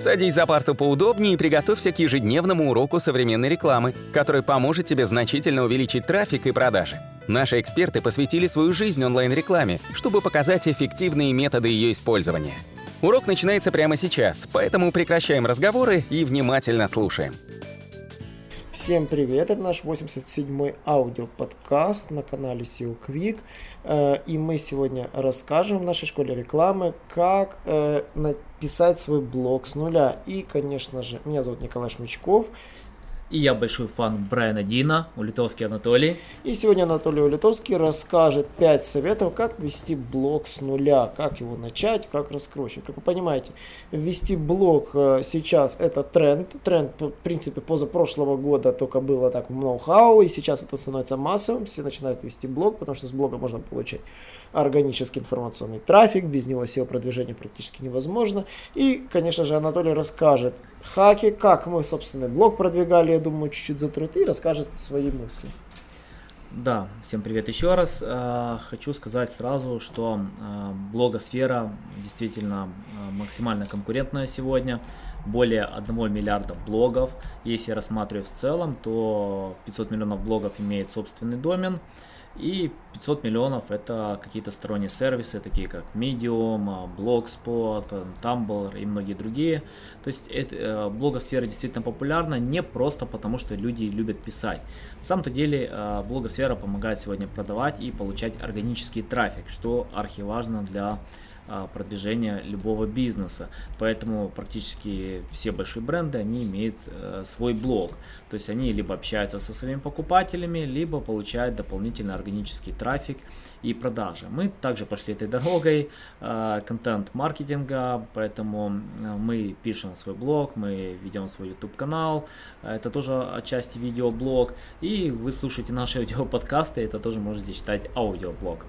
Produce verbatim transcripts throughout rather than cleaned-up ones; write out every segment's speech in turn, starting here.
Садись за парту поудобнее и приготовься к ежедневному уроку современной рекламы, который поможет тебе значительно увеличить трафик и продажи. Наши эксперты посвятили свою жизнь онлайн-рекламе, чтобы показать эффективные методы ее использования. Урок начинается прямо сейчас, поэтому прекращаем разговоры и внимательно слушаем. Всем привет, это наш восемьдесят седьмой аудиоподкаст на канале эс и о Quick. И мы сегодня расскажем в нашей школе рекламы, как написать свой блог с нуля. И, конечно же, меня зовут Николай Шмычков. И я большой фан Брайана Дина, Улитовский Анатолий. И сегодня Анатолий Улитовский расскажет пять советов, как вести блог с нуля, как его начать, как раскручивать. Как вы понимаете, вести блог сейчас это тренд. Тренд, в принципе, позапрошлого года только было так в ноу-хау, и сейчас это становится массовым. Все начинают вести блог, потому что с блога можно получать органический информационный трафик, без него эс и о-продвижение практически невозможно. И, конечно же, Анатолий расскажет хаки, как мы собственный блог продвигали, я думаю, чуть-чуть затронет, и расскажет свои мысли. Да, всем привет еще раз. Хочу сказать сразу, что блогосфера действительно максимально конкурентная сегодня. Более одного миллиарда блогов. Если рассматривать в целом, то пятьсот миллионов блогов имеет собственный домен. И пятьсот миллионов это какие-то сторонние сервисы, такие как Medium, Blogspot, Tumblr и многие другие. То есть это, блогосфера действительно популярна не просто потому, что люди любят писать. На самом-то деле блогосфера помогает сегодня продавать и получать органический трафик, что архиважно для продвижения любого бизнеса. Поэтому практически все большие бренды, они имеют э, свой блог. То есть они либо общаются со своими покупателями, либо получают дополнительный органический трафик и продажи. Мы также пошли этой дорогой э, контент-маркетинга, поэтому мы пишем свой блог, мы ведем свой YouTube канал, это тоже отчасти видеоблог, и вы слушаете наши аудиоподкасты, это тоже можете считать аудиоблог.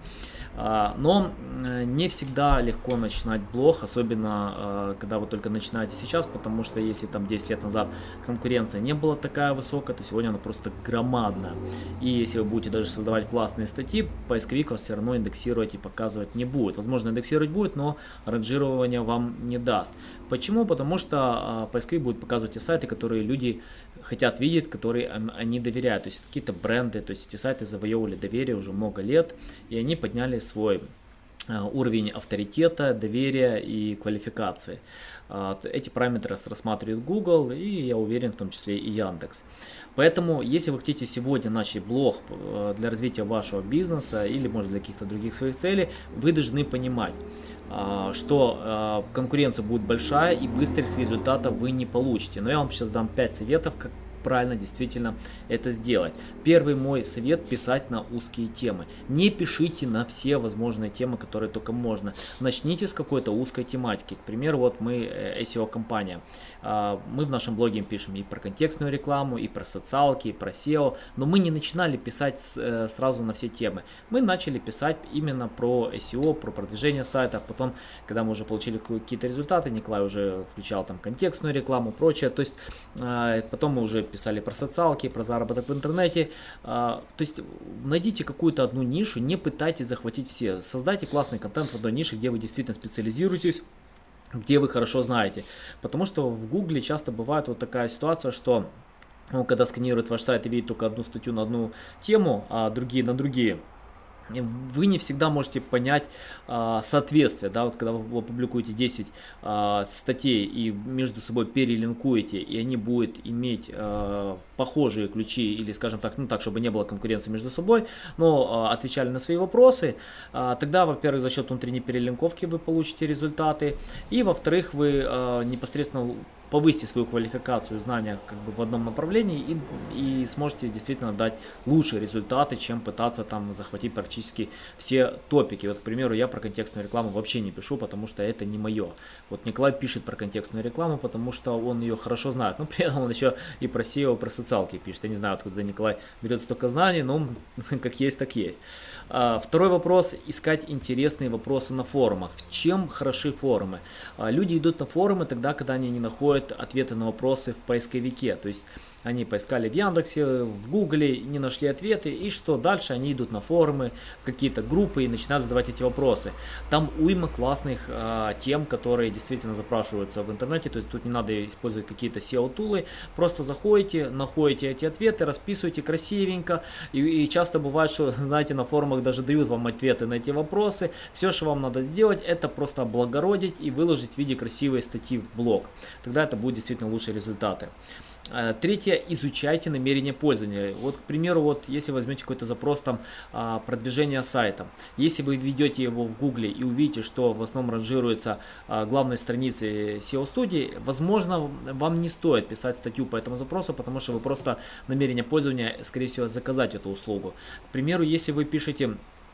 Но не всегда легко начинать блог, особенно когда вы только начинаете сейчас, потому что если там десять лет назад конкуренция не была такая высокая, то сегодня она просто громадная. И если вы будете даже создавать классные статьи, поисковик вас все равно индексировать и показывать не будет. Возможно, индексировать будет, но ранжирование вам не даст. Почему? Потому что поисковик будет показывать те сайты, которые люди хотят видеть, которые они доверяют. То есть какие-то бренды, то есть эти сайты завоевывали доверие уже много лет, и они подняли свой уровень авторитета, доверия и квалификации. Эти параметры рассматривает Google и, я уверен, в том числе и Яндекс. Поэтому, если вы хотите сегодня начать блог для развития вашего бизнеса или, может, для каких-то других своих целей, вы должны понимать, что конкуренция будет большая и быстрых результатов вы не получите. Но я вам сейчас дам пять советов, как правильно действительно это сделать. Первый мой совет: писать на узкие темы. Не пишите на все возможные темы, которые только можно. Начните с какой-то узкой тематики. К примеру, вот мы эс и о-компания. Мы в нашем блоге пишем и про контекстную рекламу, и про социалки, и про сео. Но мы не начинали писать сразу на все темы. Мы начали писать именно про эс и о, про продвижение сайтов. Потом, когда мы уже получили какие-то результаты, Николай уже включал там контекстную рекламу, прочее. То есть потом мы уже писали про социалки, про заработок в интернете. То есть найдите какую-то одну нишу, не пытайтесь захватить все. Создайте классный контент в одной нише, где вы действительно специализируетесь, где вы хорошо знаете. Потому что в Гугле часто бывает вот такая ситуация, что ну, когда сканируют ваш сайт и видят только одну статью на одну тему, а другие на другие, вы не всегда можете понять а, соответствие, да, вот когда вы опубликуете десять а, статей и между собой перелинкуете, и они будут иметь а, похожие ключи, или, скажем так, ну так, чтобы не было конкуренции между собой, но а, отвечали на свои вопросы, а, тогда, во-первых, за счет внутренней перелинковки вы получите результаты, и, во-вторых, вы а, непосредственно повысьте свою квалификацию, знания как бы в одном направлении и, и сможете действительно дать лучшие результаты, чем пытаться там захватить практически все топики. Вот, к примеру, я про контекстную рекламу вообще не пишу, потому что это не мое. Вот Николай пишет про контекстную рекламу, потому что он ее хорошо знает. Но при этом он еще и про сео, про социалки пишет. Я не знаю, откуда Николай берет столько знаний, но как есть, так есть. А, второй вопрос: искать интересные вопросы на форумах. В чем хороши форумы? А, люди идут на форумы тогда, когда они не находят находят ответы на вопросы в поисковике. То есть они поискали в Яндексе, в Гугле, не нашли ответы, и что дальше? Они идут на форумы, в какие-то группы и начинают задавать эти вопросы. Там уйма классных а, тем, которые действительно запрашиваются в интернете, то есть тут не надо использовать какие-то сео-тулы, просто заходите, находите эти ответы, расписываете красивенько, и, и часто бывает, что, знаете, на форумах даже дают вам ответы на эти вопросы. Все, что вам надо сделать, это просто облагородить и выложить в виде красивой статьи в блог. Тогда это будут действительно лучшие результаты. Третье, изучайте намерения пользователя. Вот, к примеру, вот если возьмете какой-то запрос там продвижение сайта, если вы введете его в Гугле и увидите, что в основном ранжируется главной страницей сео-студии, возможно, вам не стоит писать статью по этому запросу, потому что вы просто намерение пользователя, скорее всего, заказать эту услугу. К примеру, если вы пишете,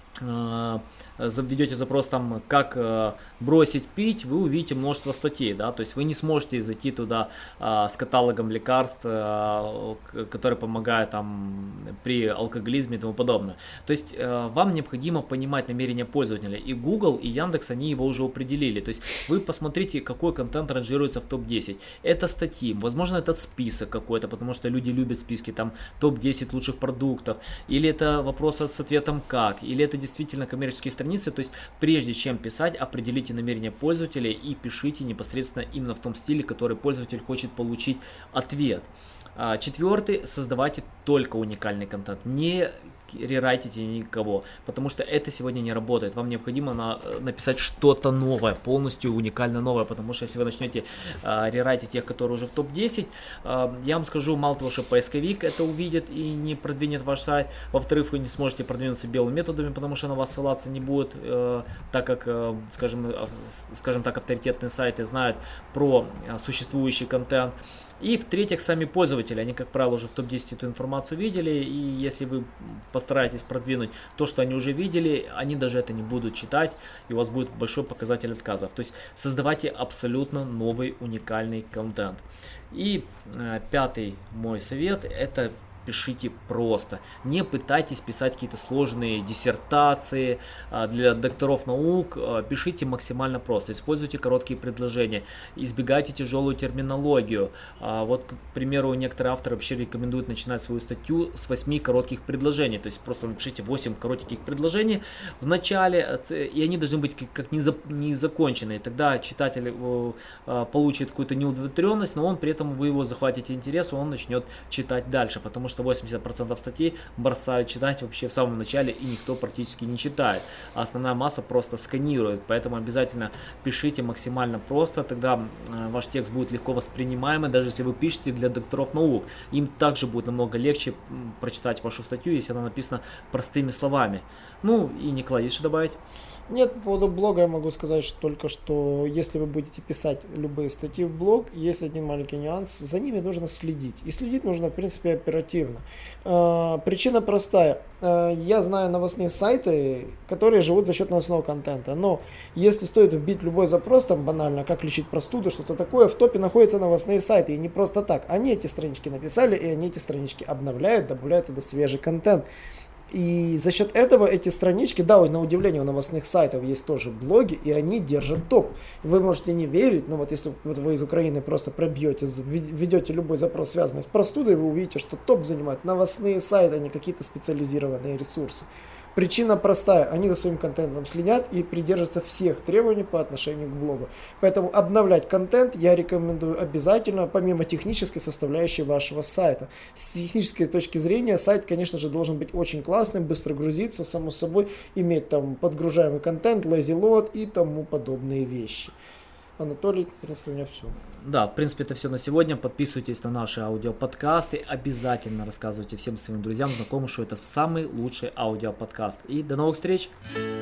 введете запрос там, как э, бросить пить, вы увидите множество статей, да, то есть вы не сможете зайти туда э, с каталогом лекарств, э, которые помогают там при алкоголизме и тому подобное. То есть э, вам необходимо понимать намерения пользователя, и Google, и Яндекс, они его уже определили, то есть вы посмотрите, какой контент ранжируется в топ десять. Это статьи, возможно, это список какой-то, потому что люди любят списки, там топ десять лучших продуктов, или это вопросы с ответом как, или это действительно коммерческие страницы. То есть прежде чем писать, определите намерения пользователя и пишите непосредственно именно в том стиле, который пользователь хочет получить ответ. Четвертый, создавайте только уникальный контент, не рерайтите никого, потому что это сегодня не работает. Вам необходимо на, написать что-то новое, полностью уникально новое, потому что если вы начнете э, рерайтить тех, которые уже в топ десять, э, я вам скажу, мало того, что поисковик это увидит и не продвинет ваш сайт, во-вторых, вы не сможете продвинуться белыми методами, потому что на вас ссылаться не будет, э, так как, э, скажем, э, скажем так, авторитетные сайты знают про э, существующий контент. И в-третьих, сами пользователи, они, как правило, уже в топ десять эту информацию видели, и если вы постараетесь продвинуть то, что они уже видели, они даже это не будут читать, и у вас будет большой показатель отказов. То есть создавайте абсолютно новый уникальный контент. И э, пятый мой совет, это пишите просто. Не пытайтесь писать какие-то сложные диссертации для докторов наук. Пишите максимально просто. Используйте короткие предложения. Избегайте тяжелую терминологию. Вот, к примеру, некоторые авторы вообще рекомендуют начинать свою статью с восьми коротких предложений. То есть просто напишите восемь коротких предложений в начале, и они должны быть как незаконченные. Тогда читатель получит какую-то неудовлетворенность, но он при этом вы его захватите интерес, и он начнет читать дальше, потому что восемьдесят процентов статей бросают читать вообще в самом начале, и никто практически не читает. А основная масса просто сканирует. Поэтому обязательно пишите максимально просто, тогда ваш текст будет легко воспринимаемый, даже если вы пишете для докторов наук. Им также будет намного легче прочитать вашу статью, если она написана простыми словами. Ну и Николай, есть что добавить? Нет, по поводу блога я могу сказать что только, что если вы будете писать любые статьи в блог, есть один маленький нюанс, за ними нужно следить. И следить нужно, в принципе, оперативно. Э, причина простая. Э, я знаю новостные сайты, которые живут за счет новостного контента. Но если стоит вбить любой запрос, там банально, как лечить простуду, что-то такое, в топе находятся новостные сайты. И не просто так. Они эти странички написали, и они эти странички обновляют, добавляют туда свежий контент. И за счет этого эти странички, да, на удивление у новостных сайтов есть тоже блоги, и они держат топ. Вы можете не верить, но вот если вот вы из Украины просто пробьете, введете любой запрос, связанный с простудой, вы увидите, что топ занимают новостные сайты, а не какие-то специализированные ресурсы. Причина простая, они за своим контентом следят и придерживаются всех требований по отношению к блогу. Поэтому обновлять контент я рекомендую обязательно, помимо технической составляющей вашего сайта. С технической точки зрения сайт, конечно же, должен быть очень классным, быстро грузиться, само собой, иметь там подгружаемый контент, lazy load и тому подобные вещи. Анатолий, в принципе, у меня все. Да, в принципе, это все на сегодня. Подписывайтесь на наши аудиоподкасты. Обязательно рассказывайте всем своим друзьям, знакомым, что это самый лучший аудиоподкаст. И до новых встреч!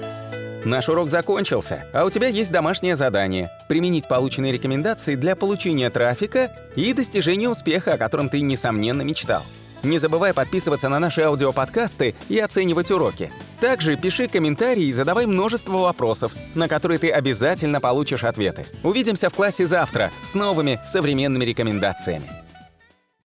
Наш урок закончился, а у тебя есть домашнее задание – применить полученные рекомендации для получения трафика и достижения успеха, о котором ты, несомненно, мечтал. Не забывай подписываться на наши аудиоподкасты и оценивать уроки. Также пиши комментарии и задавай множество вопросов, на которые ты обязательно получишь ответы. Увидимся в классе завтра с новыми современными рекомендациями.